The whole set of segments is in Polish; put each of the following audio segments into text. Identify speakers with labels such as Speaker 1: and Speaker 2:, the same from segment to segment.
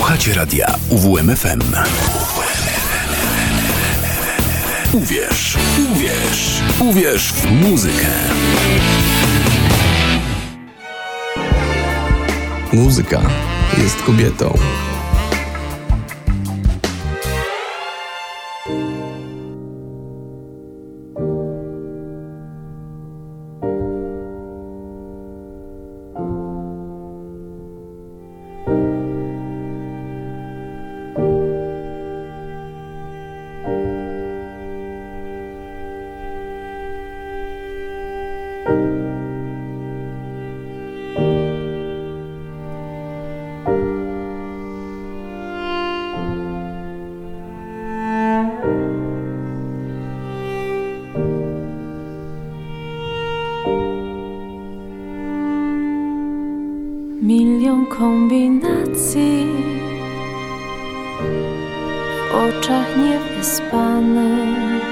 Speaker 1: Słuchacie radia UWMFM. Uwierz, uwierz, uwierz w muzykę.
Speaker 2: Muzyka jest kobietą.
Speaker 3: Milion kombinacji w oczach niewyspane,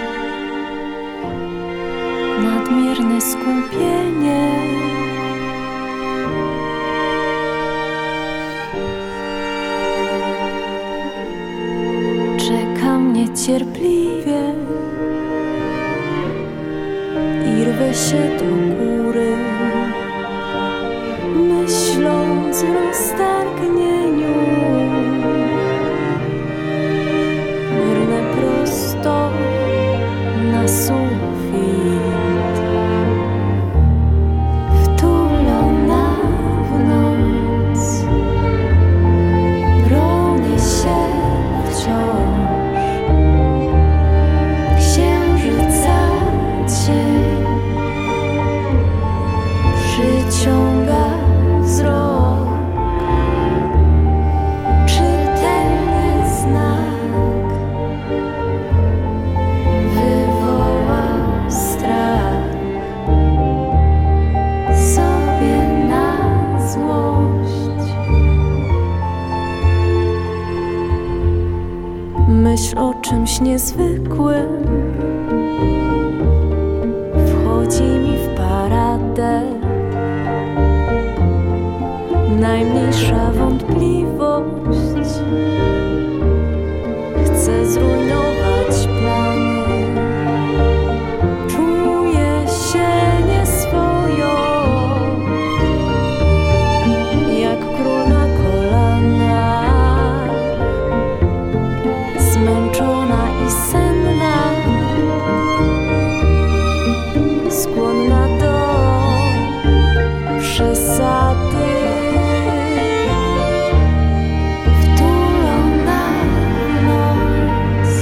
Speaker 3: nadmierne skupienie, czekam niecierpliwie i rwę się do góry, myśląc w roztargnieniu. Brnę prosto na sufit, wtulona w noc, bronię się wciąż księżyca cień przyciąga wzrok, czytelny znak wywoła strach sobie na złość. Myśl o czymś niezwykłym wchodzi mi w paradę. Najmniejsza wątpliwość chce zrujnować plany. Czuję się nieswojo, jak król na kolanach, zmęczona i senna, skłonna do przesady. Wtulona w noc,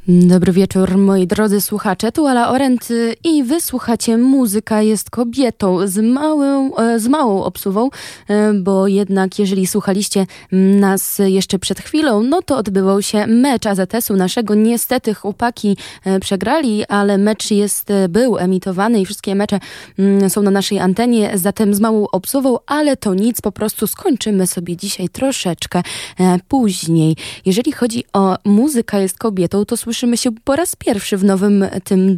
Speaker 4: Dobry wieczór, moi drodzy słuchacze, tu Ala Orent i wysłuchacie Muzyka jest kobietą z małą obsuwą, bo jednak jeżeli słuchaliście nas jeszcze przed chwilą, no to odbywał się mecz AZS-u naszego. Niestety chłopaki przegrali, ale mecz był emitowany i wszystkie mecze są na naszej antenie, zatem z małą obsuwą, ale to nic, po prostu skończymy sobie dzisiaj troszeczkę później. Jeżeli chodzi o Muzyka jest kobietą, to słyszymy się po raz pierwszy w nowym tym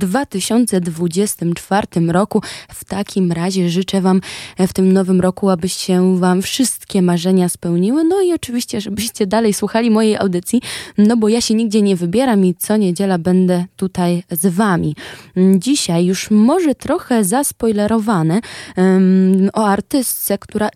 Speaker 4: 2024 roku. W takim razie życzę wam w tym nowym roku, aby się wam wszystkie marzenia spełniły. No i oczywiście, żebyście dalej słuchali mojej audycji, no bo ja się nigdzie nie wybieram i co niedziela będę tutaj z wami. Dzisiaj już może trochę zaspoilerowane o artystce, która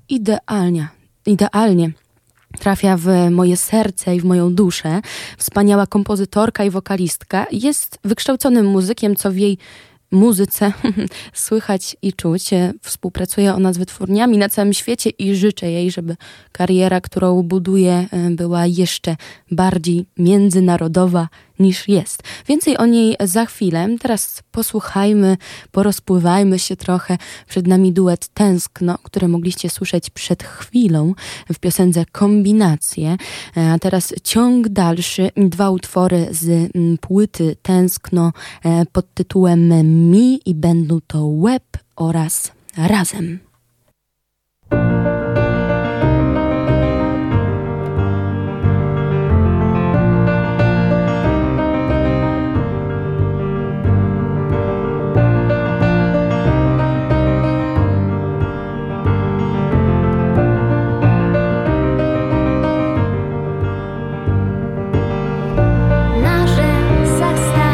Speaker 4: idealnie trafia w moje serce i w moją duszę. Wspaniała kompozytorka i wokalistka. Jest wykształconym muzykiem, co w jej muzyce słychać i czuć. Współpracuje ona z wytwórniami na całym świecie i życzę jej, żeby kariera, którą buduje, była jeszcze bardziej międzynarodowa niż jest. Więcej o niej za chwilę. Teraz posłuchajmy, porozpływajmy się trochę. Przed nami duet Tęskno, który mogliście słyszeć przed chwilą w piosence Kombinacje. A teraz ciąg dalszy, 2 utwory z płyty Tęskno pod tytułem Mi i będą to Łeb oraz Razem.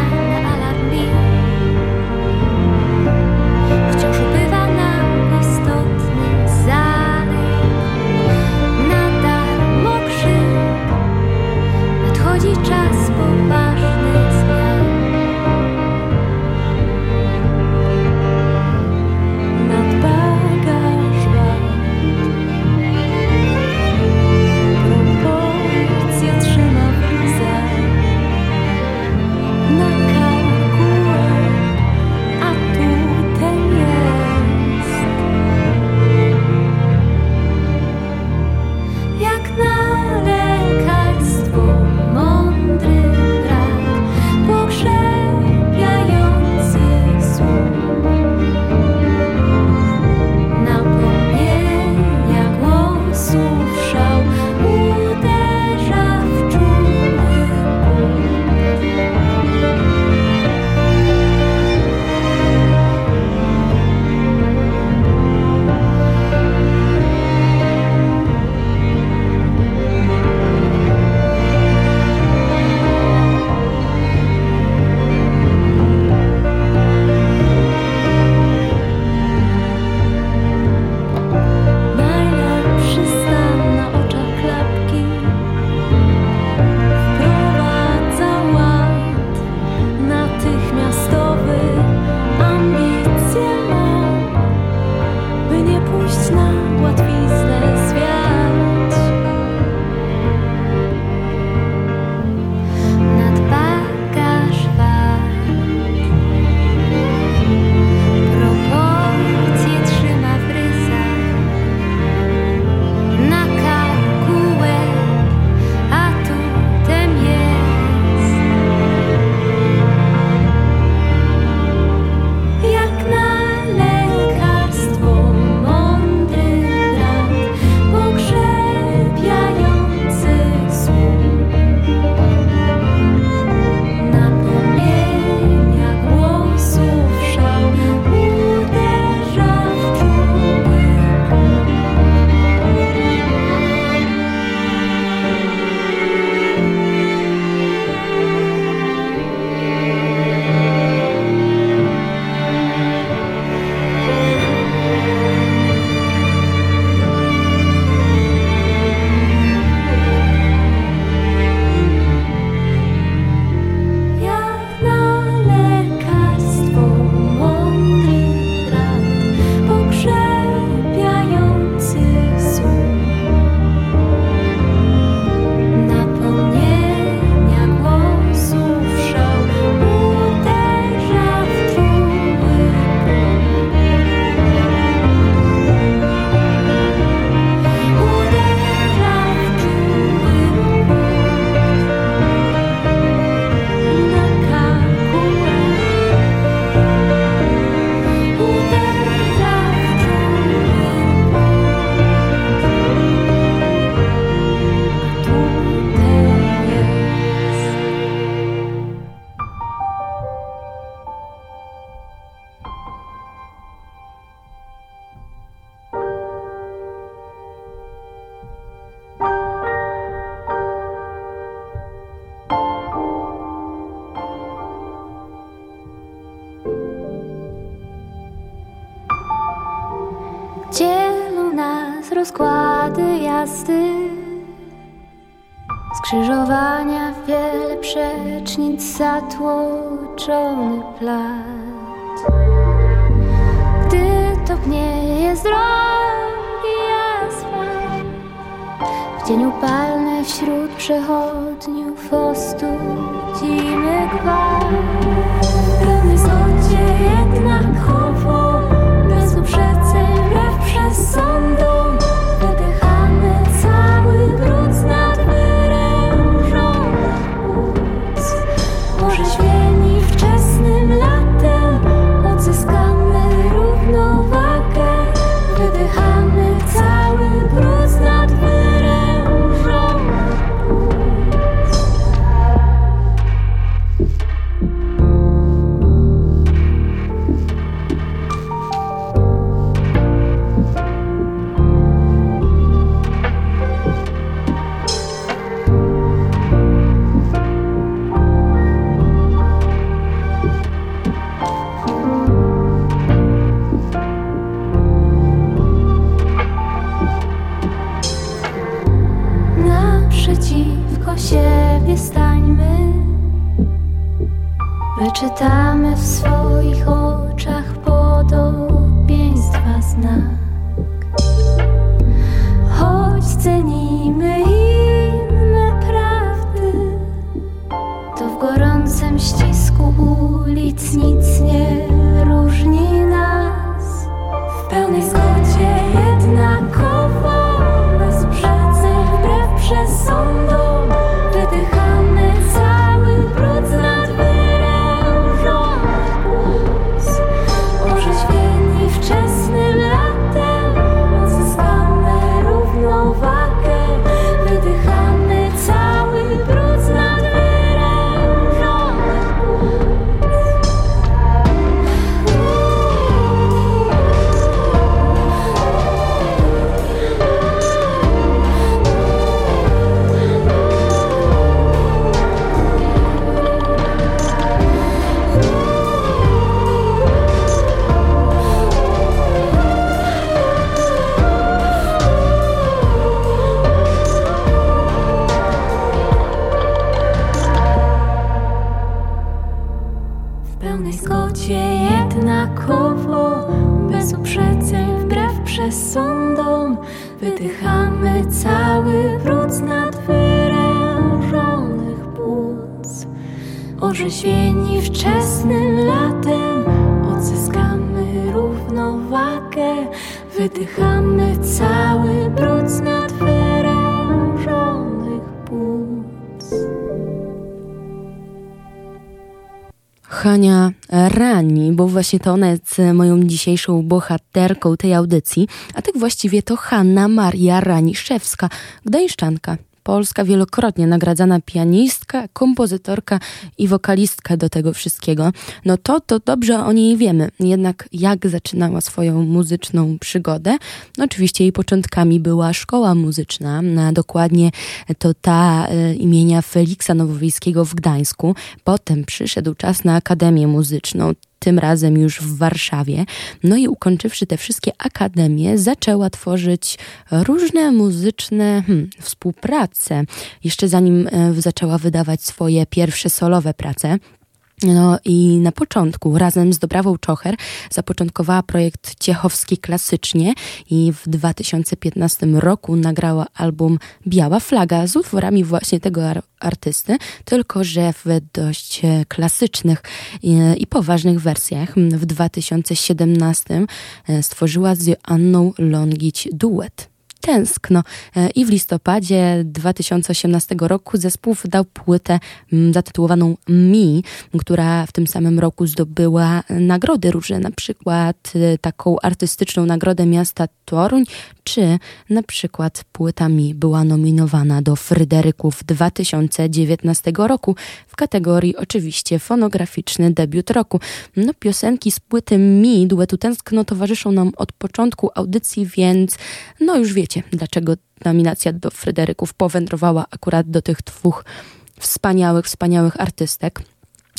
Speaker 3: Wciąż ubywa nam historii. rozkłady jazdy, skrzyżowania, wiele przecznic, zatłoczony plac. Gdy topnieje z drogi asfalt, w dzień upalny wśród przechodniów ostudzimy gwałt. W pełnej zgodzie jednakowo, bez uprzedzeń, wbrew przesądom, wydychamy cały brud z nadwyrężonych płuc. Orzeźwieni wczesnym latem, odzyskamy równowagę, wydychamy cały brud z nadwyrężonych płuc. Naprzeciwko siebie stańmy, wyczytamy w swoich oczach podobieństwa znak. Choć cenimy inne prawdy, to w gorącym ścisku ulic nic nie różni nas. W pełnej zgodzie jednakowo, bez uprzedzeń, wbrew przesądom, wydychamy cały brud z nadwyrężonych płuc. Orzeźwieni wczesnym latem, odzyskamy równowagę, wydychamy cały brud z nadwyrężonych płuc. W pełnej zgodzie jednakowo, bez uprzedzeń, wbrew przesądom, wydychamy cały brud z nadwyrężonych płuc. Orzeźwieni wczesnym latem, odzyskamy równowagę, wydychamy cały brud z nadwyrężonych płuc.
Speaker 4: Hania Rani, bo właśnie to ona jest moją dzisiejszą bohaterką tej audycji, a tak właściwie to Hanna Maria Raniszewska, gdańszczanka. Polska, wielokrotnie nagradzana pianistka, kompozytorka i wokalistka do tego wszystkiego. No to dobrze o niej wiemy. Jednak jak zaczynała swoją muzyczną przygodę? No oczywiście jej początkami była szkoła muzyczna, dokładnie to ta imienia Feliksa Nowowiejskiego w Gdańsku. Potem przyszedł czas na Akademię Muzyczną, tym razem już w Warszawie. No i ukończywszy te wszystkie akademie, zaczęła tworzyć różne muzyczne współprace. Jeszcze zanim zaczęła wydawać swoje pierwsze solowe prace. No i na początku razem z Dobrawą Czocher zapoczątkowała projekt Ciechowski Klasycznie i w 2015 roku nagrała album Biała Flaga z utworami właśnie tego artysty, tylko że w dość klasycznych i poważnych wersjach. W 2017 stworzyła z Joanną Longić duet Tęskno i w listopadzie 2018 roku zespół wydał płytę zatytułowaną Mi, która w tym samym roku zdobyła nagrody różne, na przykład taką artystyczną nagrodę miasta Toruń, czy na przykład płyta Mi była nominowana do Fryderyków 2019 roku w kategorii oczywiście fonograficzny debiut roku. No, piosenki z płyty Mi, duetu Tęskno towarzyszą nam od początku audycji, więc no już wiecie, dlaczego nominacja do Fryderyków powędrowała akurat do tych dwóch wspaniałych artystek.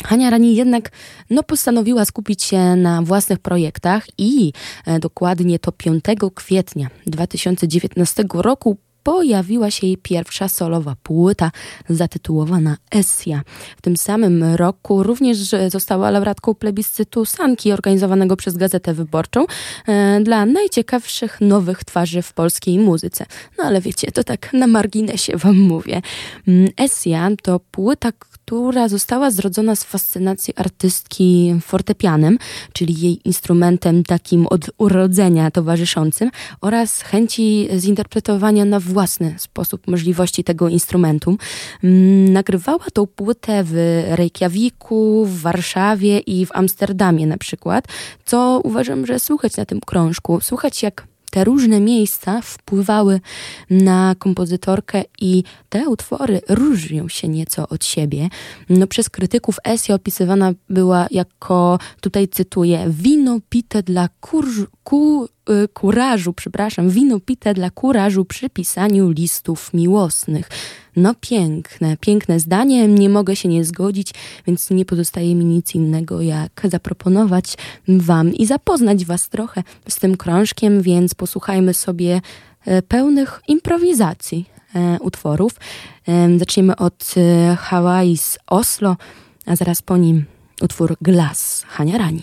Speaker 4: Hania Rani jednak postanowiła skupić się na własnych projektach i dokładnie to 5 kwietnia 2019 roku pojawiła się jej pierwsza solowa płyta zatytułowana Esja. W tym samym roku również została laureatką plebiscytu Sanki organizowanego przez Gazetę Wyborczą dla najciekawszych nowych twarzy w polskiej muzyce. No ale wiecie, to tak na marginesie wam mówię. Esja to płyta, która została zrodzona z fascynacji artystki fortepianem, czyli jej instrumentem takim od urodzenia towarzyszącym oraz chęci zinterpretowania na własny sposób możliwości tego instrumentu. Nagrywała tą płytę w Reykjaviku, w Warszawie i w Amsterdamie na przykład, co uważam, że słychać na tym krążku. Słychać, jak te różne miejsca wpływały na kompozytorkę i te utwory różnią się nieco od siebie. Przez krytyków Esja opisywana była jako, tutaj cytuję, wino pite dla wino pite dla kurażu przy pisaniu listów miłosnych. Piękne zdanie, nie mogę się nie zgodzić, więc nie pozostaje mi nic innego, jak zaproponować wam i zapoznać was trochę z tym krążkiem, więc posłuchajmy sobie pełnych improwizacji utworów. Zaczniemy od Hawaii z Oslo, a zaraz po nim utwór Glass Hania Rani.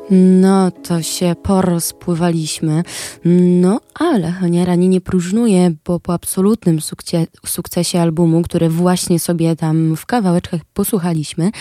Speaker 4: No to się porozpływaliśmy. No ale Hania Rani nie próżnuje, bo po absolutnym sukcesie albumu, który właśnie sobie tam w kawałeczkach posłuchaliśmy,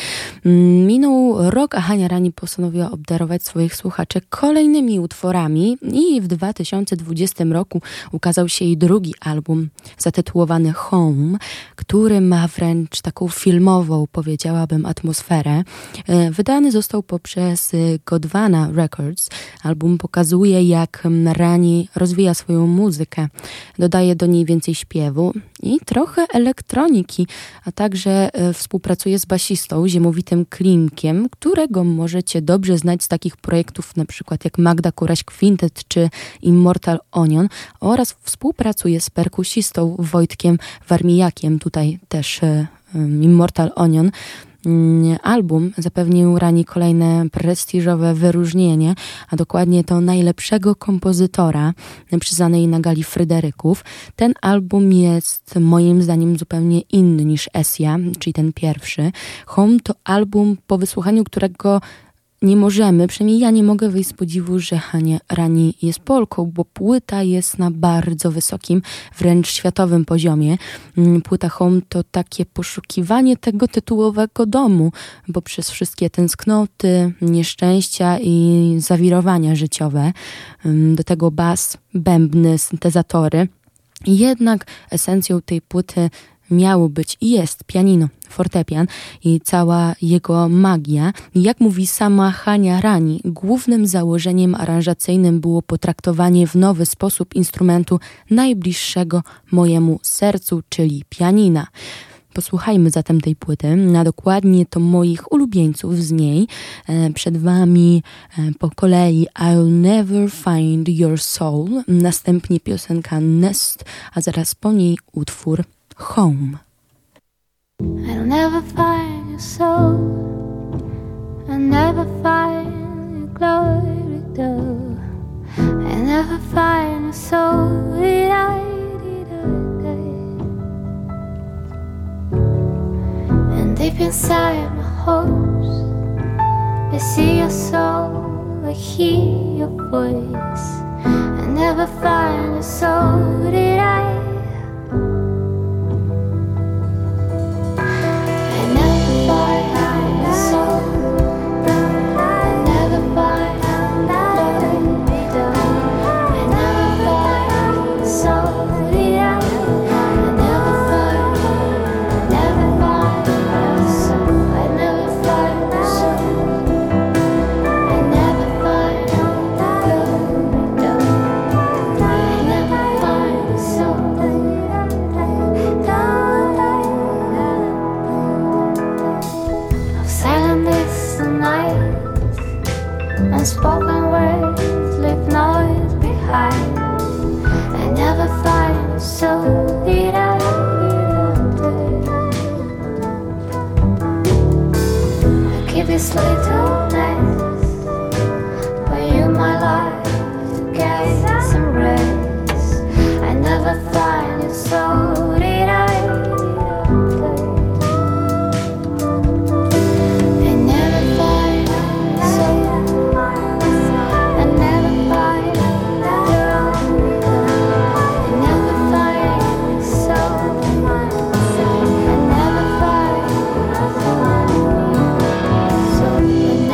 Speaker 4: minął rok, a Hania Rani postanowiła obdarować swoich słuchaczy kolejnymi utworami i w 2020 roku ukazał się jej drugi album zatytułowany Home, który ma wręcz taką filmową, powiedziałabym, atmosferę. Wydany został poprzez Godwana Records. Album pokazuje, jak Rani rozwija swoją muzykę, dodaje do niej więcej śpiewu i trochę elektroniki, a także współpracuje z basistą Ziemowitym Klimkiem, którego możecie dobrze znać z takich projektów na przykład jak Magda Kuraś Quintet czy Immortal Onion, oraz współpracuje z perkusistą Wojtkiem Warmijakiem, tutaj też Immortal Onion. Album zapewnił Rani kolejne prestiżowe wyróżnienie, a dokładnie to najlepszego kompozytora przyznanej na gali Fryderyków. Ten album jest moim zdaniem zupełnie inny niż Esja, czyli ten pierwszy. Home to album, po wysłuchaniu którego nie możemy, przynajmniej ja nie mogę wyjść z podziwu, że Hania Rani jest Polką, bo płyta jest na bardzo wysokim, wręcz światowym poziomie. Płyta Home to takie poszukiwanie tego tytułowego domu, bo przez wszystkie tęsknoty, nieszczęścia i zawirowania życiowe, do tego bas, bębny, syntezatory. Jednak esencją tej płyty miało być i jest pianino, fortepian i cała jego magia. Jak mówi sama Hania Rani, głównym założeniem aranżacyjnym było potraktowanie w nowy sposób instrumentu najbliższego mojemu sercu, czyli pianina. Posłuchajmy zatem tej płyty, a dokładnie to moich ulubieńców z niej. Przed wami po kolei I'll Never Find Your Soul, następnie piosenka Nest, a zaraz po niej utwór Home.
Speaker 3: I'll never find your soul. I'll never find your glory though. I'll never find your soul. And deep inside my hopes, I see your soul, I hear your voice. I'll never find your soul. Unspoken words leave noise behind. I never find a soul that I keep this little nest where you my life to get some rest. I never find a soul that so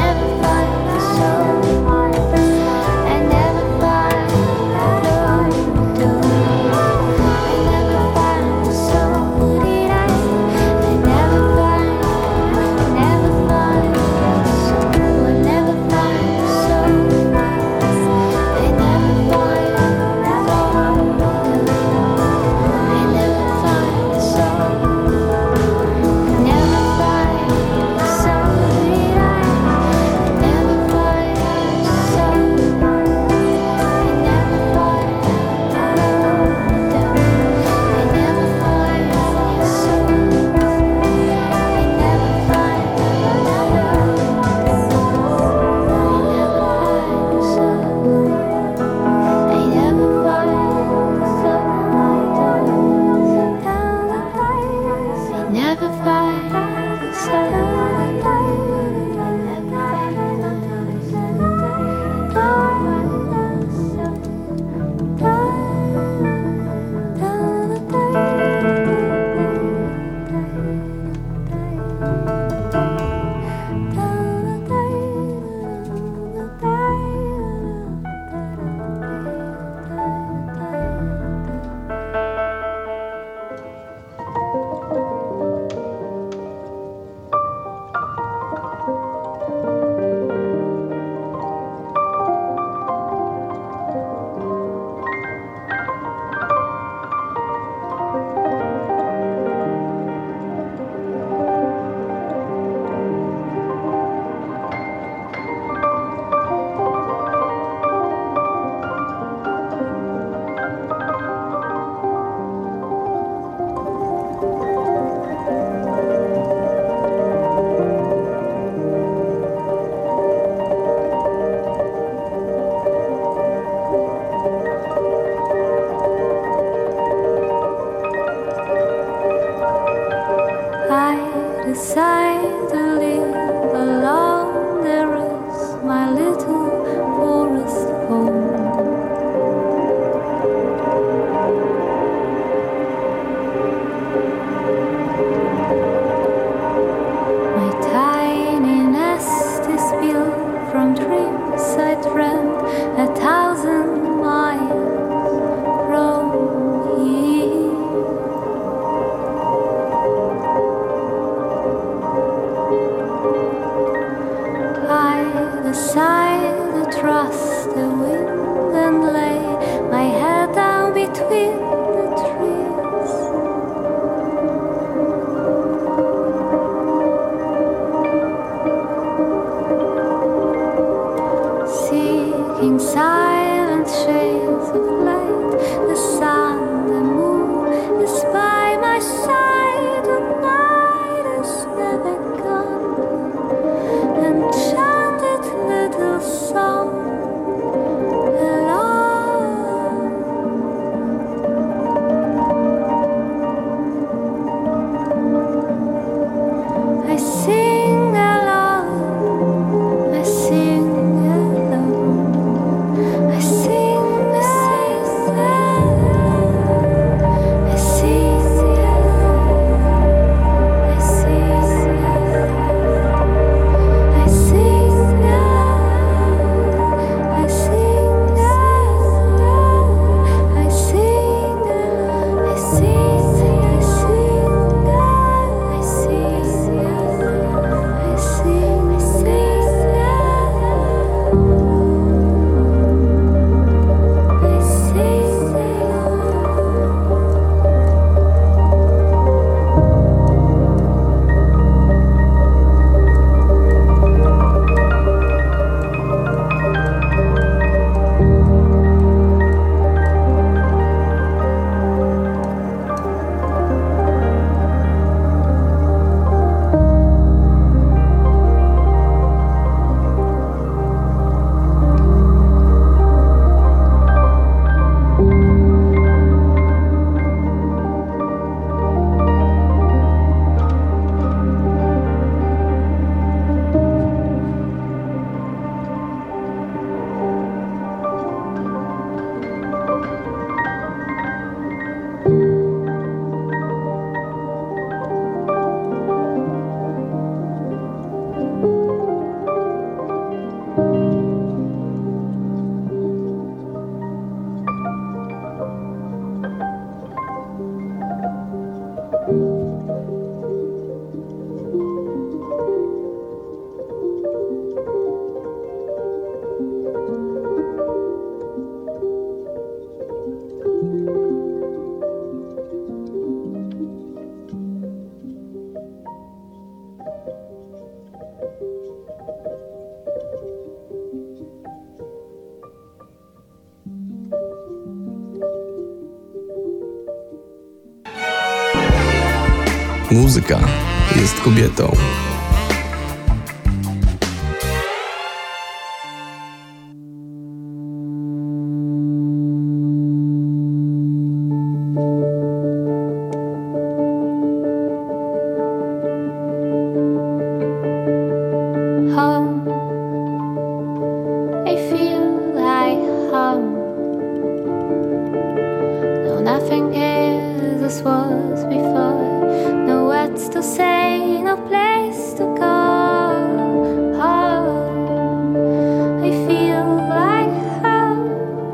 Speaker 3: 1,000 miles from here. I decided to trust the wind and lay my head down between the trees. Seeking silent shades of light, the sun, the moon is by my side. The night is never gone. Enchanted little song alone. I sing alone. I sing alone. I sing, I sing alone. I sing alone. I sing alone. I sing alone. I sing alone. I sing alone. I sing, I sing alone. I sing alone. I sing, I sing alone. I sing
Speaker 2: Muzyka jest kobietą.
Speaker 3: home. I feel like home. No, nothing is as was before. No words to say, no place to go. Home. I feel like home.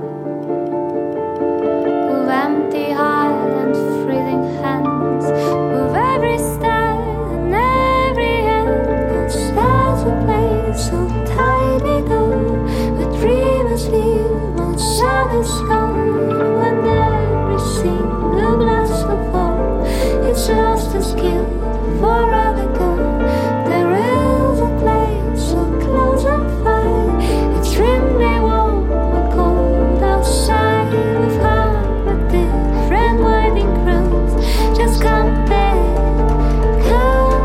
Speaker 3: With empty heart and freezing hands. With every step and every end. There's a place so tiny though. Where dreamers live when sun is gone. When every single blast of hope is lost and skilled forever gone. There is a place so close and far. It's extremely warm and cold outside. With heart but different winding roads. Just come back, come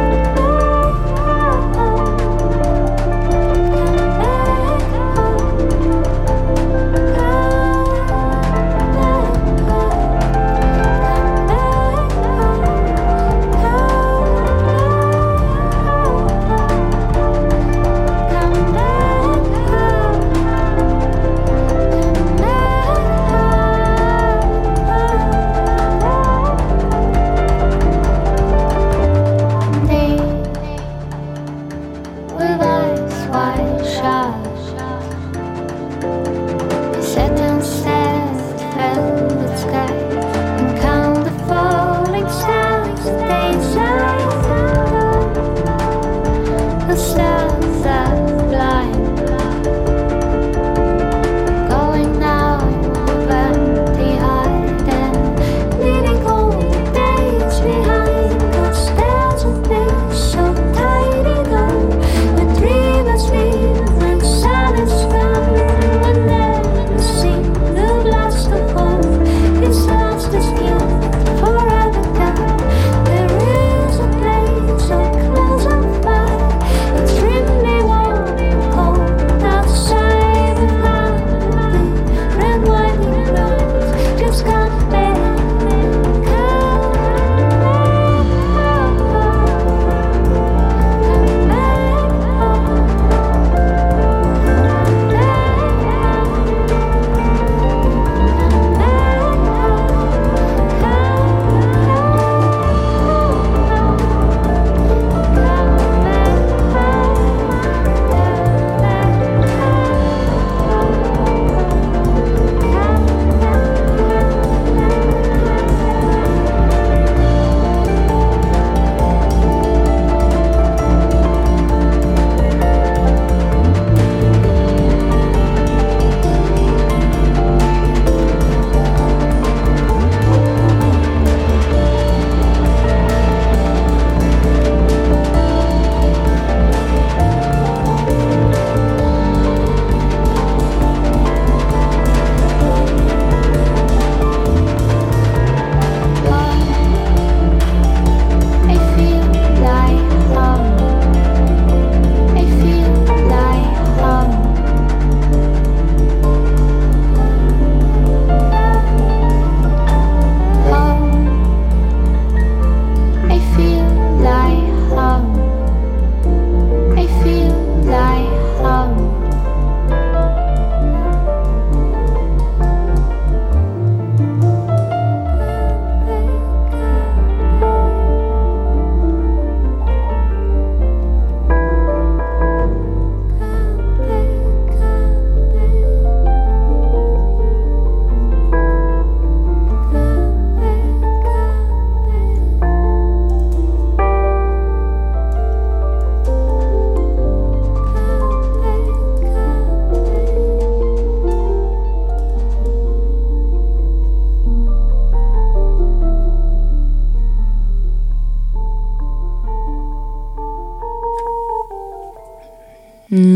Speaker 3: back home. Come back home. Come back home.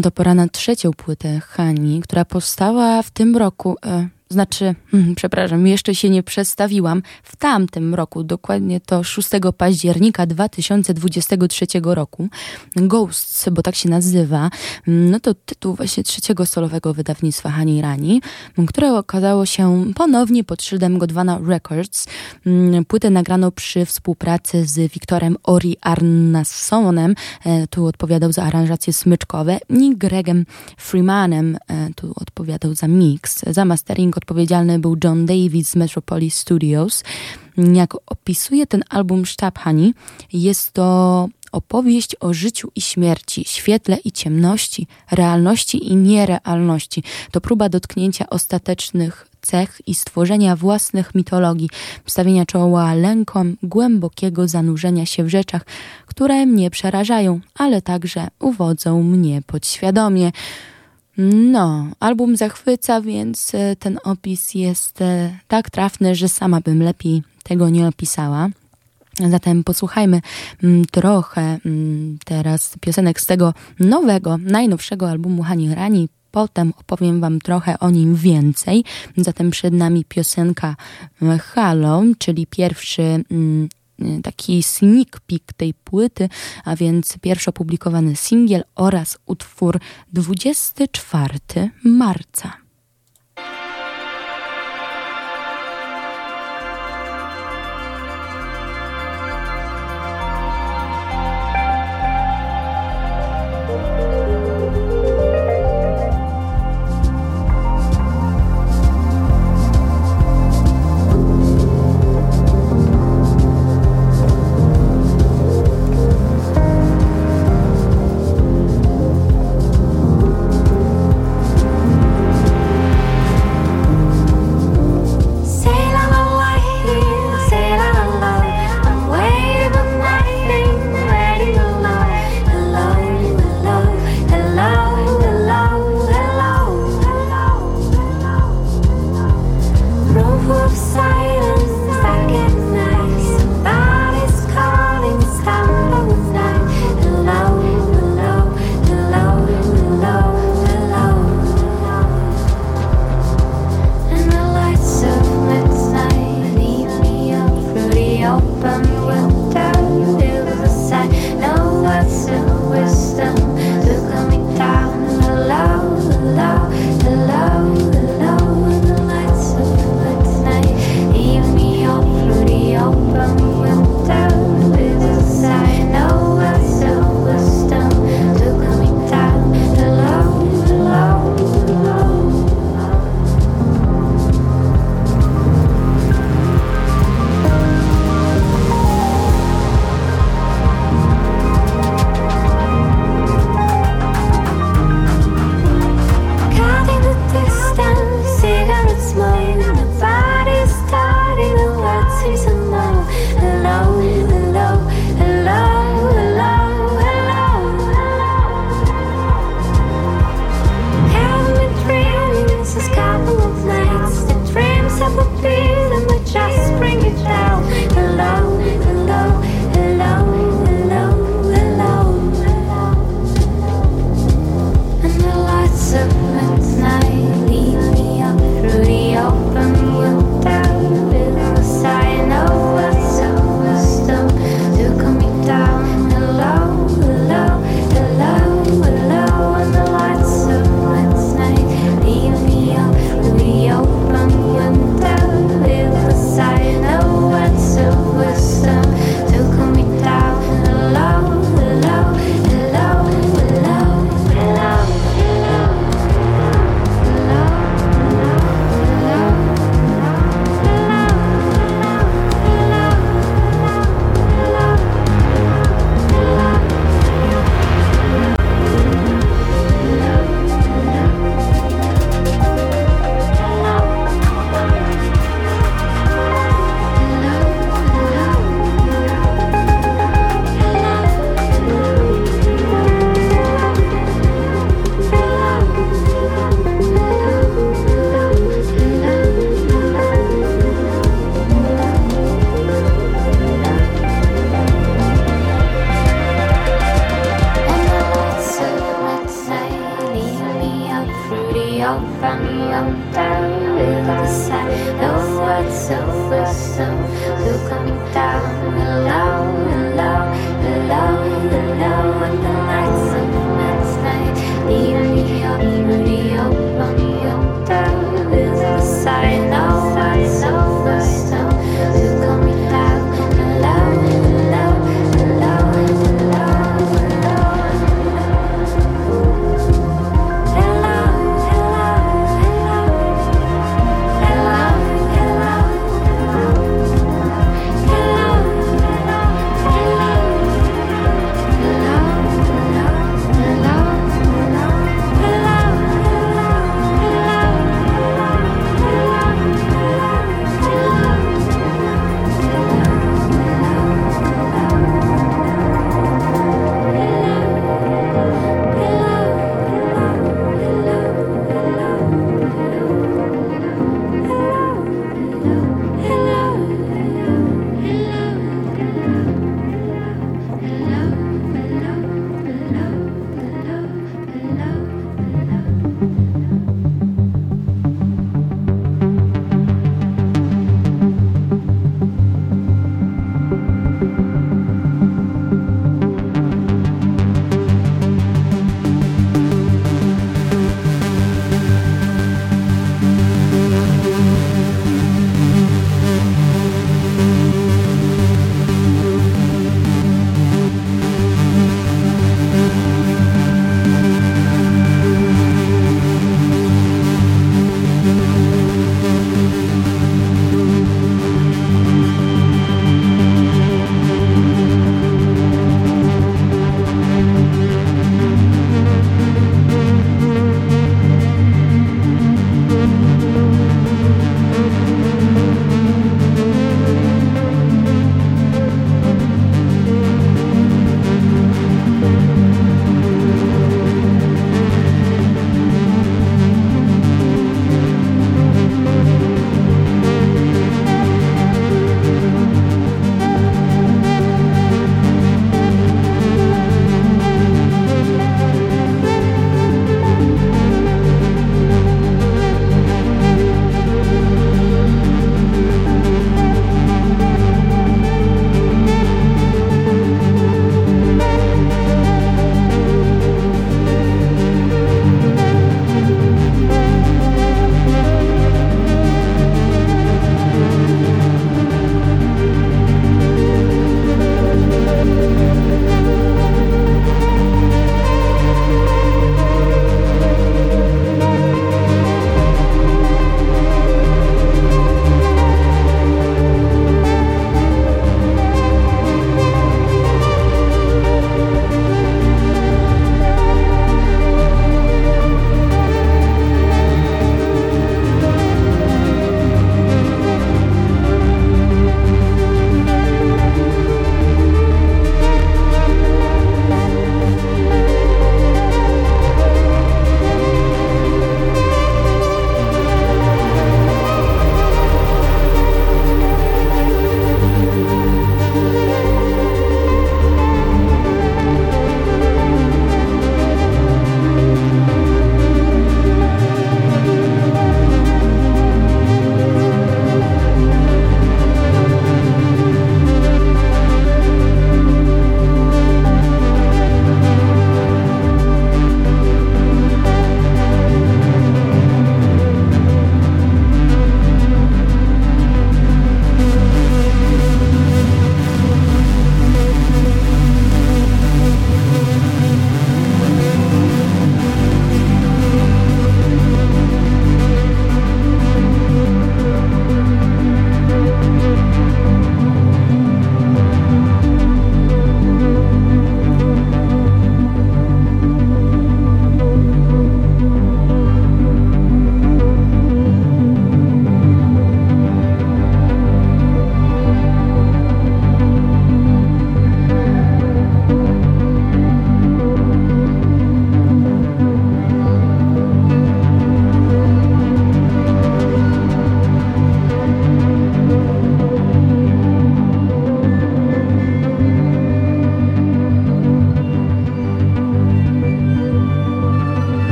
Speaker 4: No to pora na trzecią płytę Hani, która powstała w tym roku, przepraszam, jeszcze się nie przedstawiłam, w tamtym roku, dokładnie to 6 października 2023 roku. Ghosts, bo tak się nazywa, no to tytuł właśnie trzeciego solowego wydawnictwa Hani Rani, które okazało się ponownie pod szyldem Godwana Records. Płytę nagrano przy współpracy z Wiktorem Ori Arnassonem, tu odpowiadał za aranżacje smyczkowe, i Gregem Freemanem, tu odpowiadał za mix. Za mastering odpowiedzialny był John Davis z Metropolis Studios. Jak opisuje ten album sztab Hani, jest to opowieść o życiu i śmierci, świetle i ciemności, realności i nierealności. To próba dotknięcia ostatecznych cech i stworzenia własnych mitologii, stawienia czoła lękom, głębokiego zanurzenia się w rzeczach, które mnie przerażają, ale także uwodzą mnie podświadomie. No, album zachwyca, więc ten opis jest tak trafny, że sama bym lepiej tego nie opisała. Zatem posłuchajmy trochę teraz piosenek z tego nowego, najnowszego albumu Hani Rani. Potem opowiem wam trochę o nim więcej. Zatem przed nami piosenka Halo, czyli pierwszy taki sneak peek tej płyty, a więc pierwszy opublikowany singiel oraz utwór 24 marca.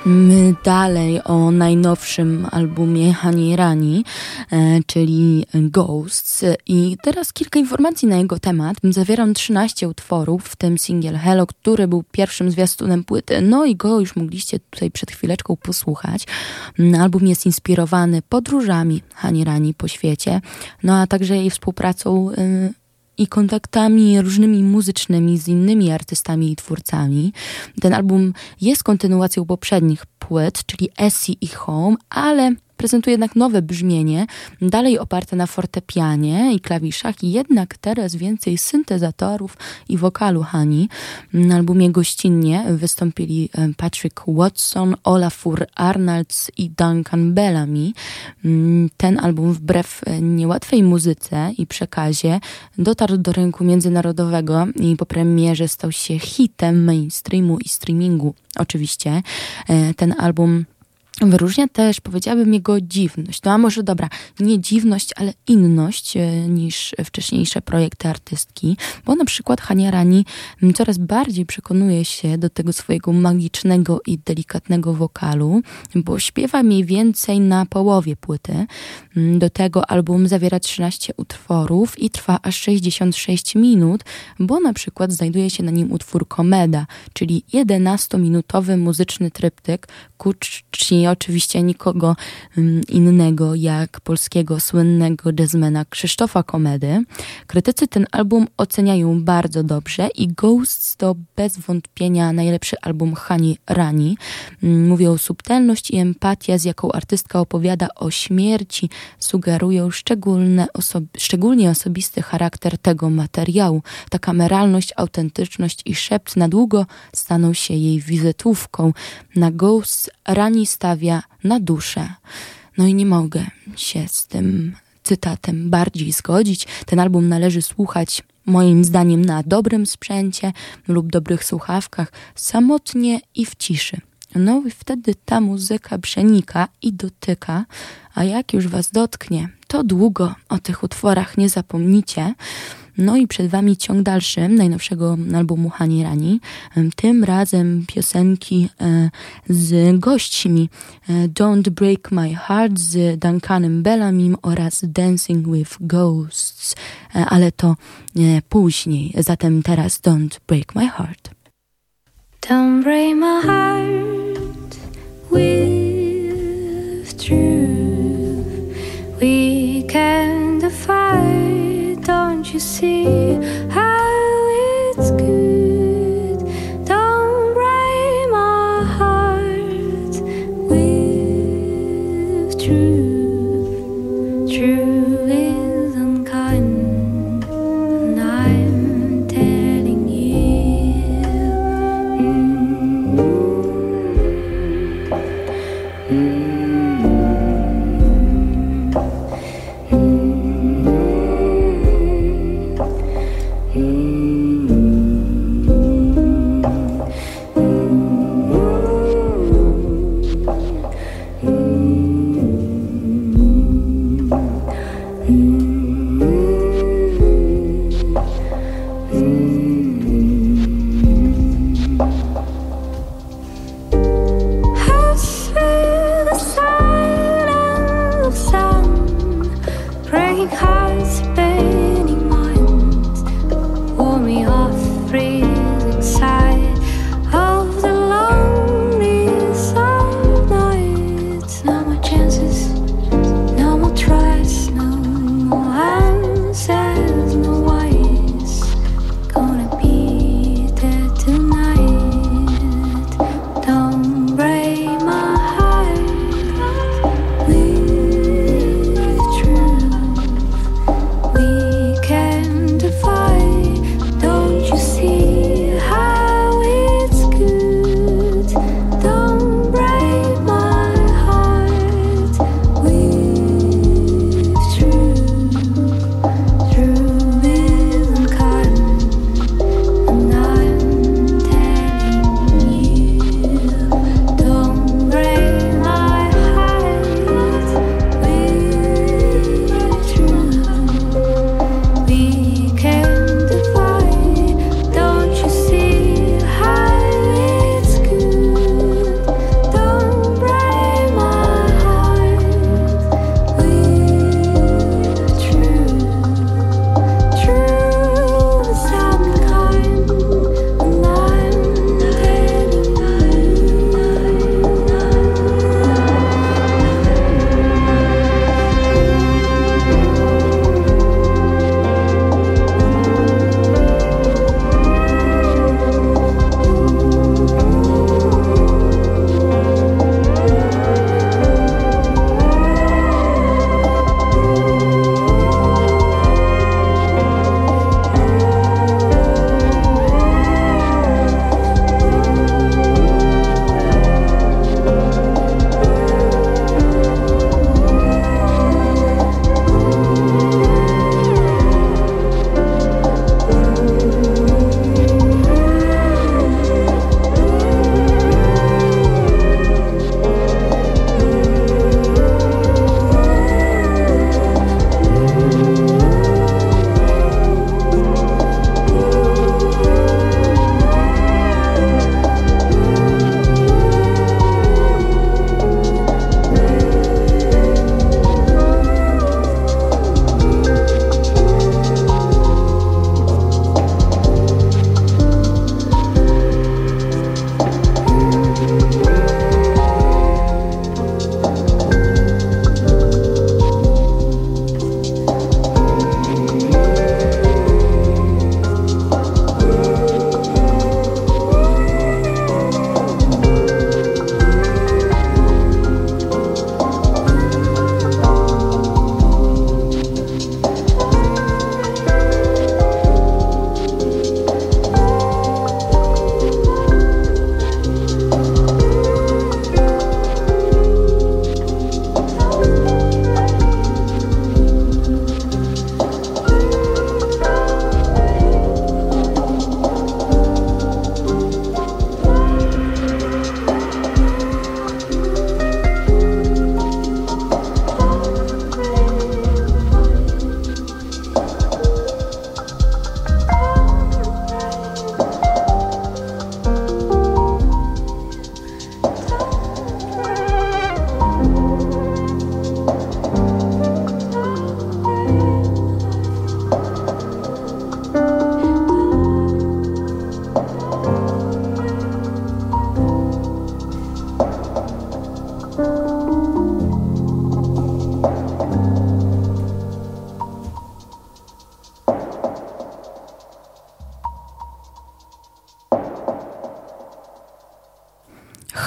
Speaker 4: Dalej o najnowszym albumie Hani Rani, czyli Ghosts, i teraz kilka informacji na jego temat. Zawieram 13 utworów, w tym singiel Hello, który był pierwszym zwiastunem płyty, no i go już mogliście tutaj przed chwileczką posłuchać. Album jest inspirowany podróżami Hani Rani po świecie, no a także jej współpracą i kontaktami różnymi muzycznymi z innymi artystami i twórcami. Ten album jest kontynuacją poprzednich płyt, czyli Essie i Home, ale prezentuje jednak nowe brzmienie, dalej oparte na fortepianie i klawiszach, jednak teraz więcej syntezatorów i wokalu Hani. Na albumie gościnnie wystąpili Patrick Watson, Olafur Arnalds i Duncan Bellamy. Ten album wbrew niełatwej muzyce i przekazie dotarł do rynku międzynarodowego i po premierze stał się hitem mainstreamu i streamingu. Oczywiście ten album wyróżnia też, powiedziałabym, jego dziwność. No a może dobra, nie dziwność, ale inność niż wcześniejsze projekty artystki, bo na przykład Hania Rani coraz bardziej przekonuje się do tego swojego magicznego i delikatnego wokalu, bo śpiewa mniej więcej na połowie płyty. Do tego album zawiera 13 utworów i trwa aż 66 minut, bo na przykład znajduje się na nim utwór Komeda, czyli 11-minutowy muzyczny tryptyk ku czci oczywiście nikogo innego jak polskiego słynnego jazzmana Krzysztofa Komedy. Krytycy ten album oceniają bardzo dobrze i Ghosts to bez wątpienia najlepszy album Hani Rani. Mówią, subtelność i empatia, z jaką artystka opowiada o śmierci, sugerują szczególnie osobisty charakter tego materiału. Ta kameralność, autentyczność i szept na długo staną się jej wizytówką. Na Ghosts Rani stawia na duszę. No i nie mogę się z tym cytatem bardziej zgodzić. Ten album należy słuchać moim zdaniem na dobrym sprzęcie lub dobrych słuchawkach, samotnie i w ciszy. No i wtedy ta muzyka przenika i dotyka, a jak już was dotknie, to długo o tych utworach nie zapomnicie. No i przed wami ciąg dalszy najnowszego albumu Hani Rani. Tym razem piosenki z gośćmi Don't Break My Heart z Duncanem Bellamym oraz Dancing with Ghosts, ale to później. Zatem teraz Don't Break My Heart.
Speaker 3: Don't break my heart with truth. We can defy, don't you see how it's good? Don't break my heart with truth. True is unkind, and I'm telling you.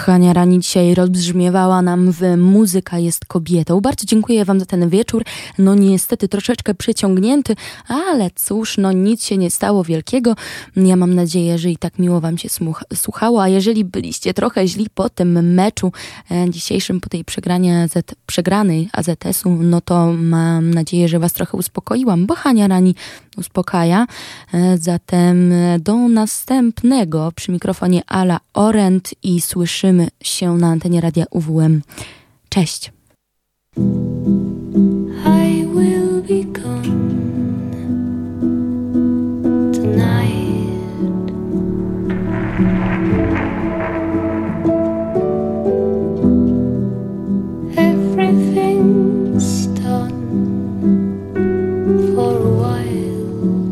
Speaker 4: Hania Rani dzisiaj rozbrzmiewała nam w Muzyka jest kobietą. Bardzo dziękuję wam za ten wieczór. No niestety troszeczkę przeciągnięty, ale cóż, no nic się nie stało wielkiego. Ja mam nadzieję, że i tak miło wam się słuchało, a jeżeli byliście trochę źli po tym meczu dzisiejszym, po tej przegranej AZS-u, no to mam nadzieję, że was trochę uspokoiłam, bo Hania Rani uspokaja. Zatem do następnego. Przy mikrofonie Ala Orent i słyszymy się na antenie radia UWM. Cześć.
Speaker 3: I will be gone tonight. Everything's done for a while,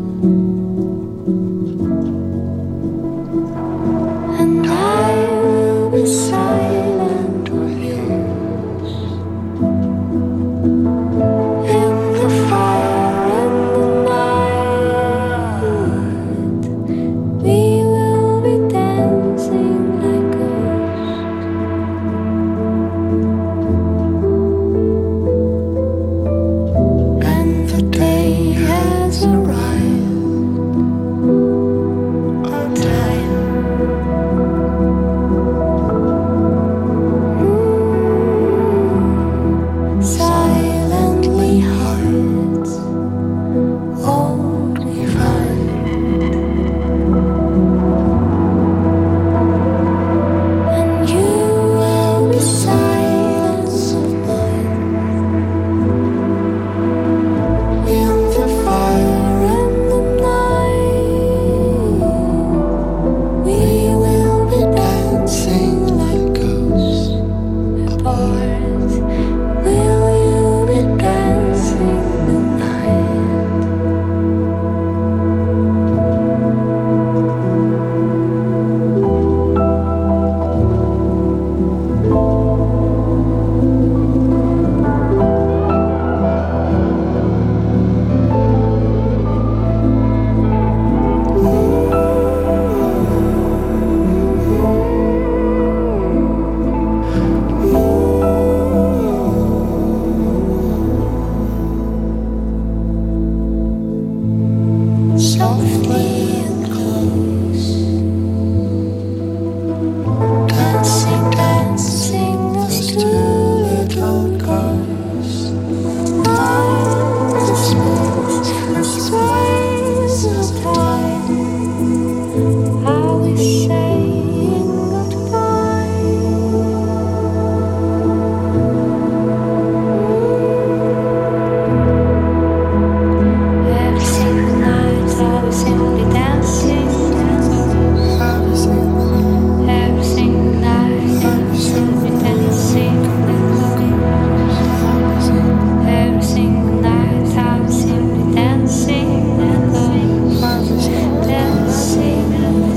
Speaker 3: and I will be silent or yours in the fire in the night. We will be dancing like ghosts, and the day has arrived. Our time. Silently hides all we find, and you will be silence of mine. In the fire and the night, we will be dancing like ghosts apart. Will you be dancing tonight? Softly and close, dancing, dancing as two little girls. Time and space, the space of time. Are we saying goodbye? Every single night I was simply dancing. Every single night I was simply dancing. Every single night I was simply dancing. Dancing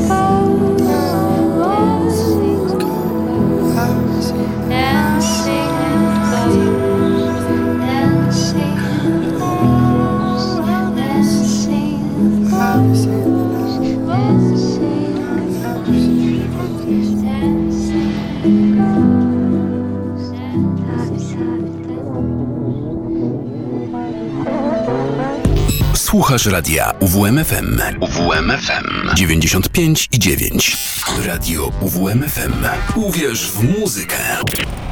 Speaker 1: Słuchasz radia UWMFM. UWMFM 95,9. Radio UWMFM. Uwierz w muzykę.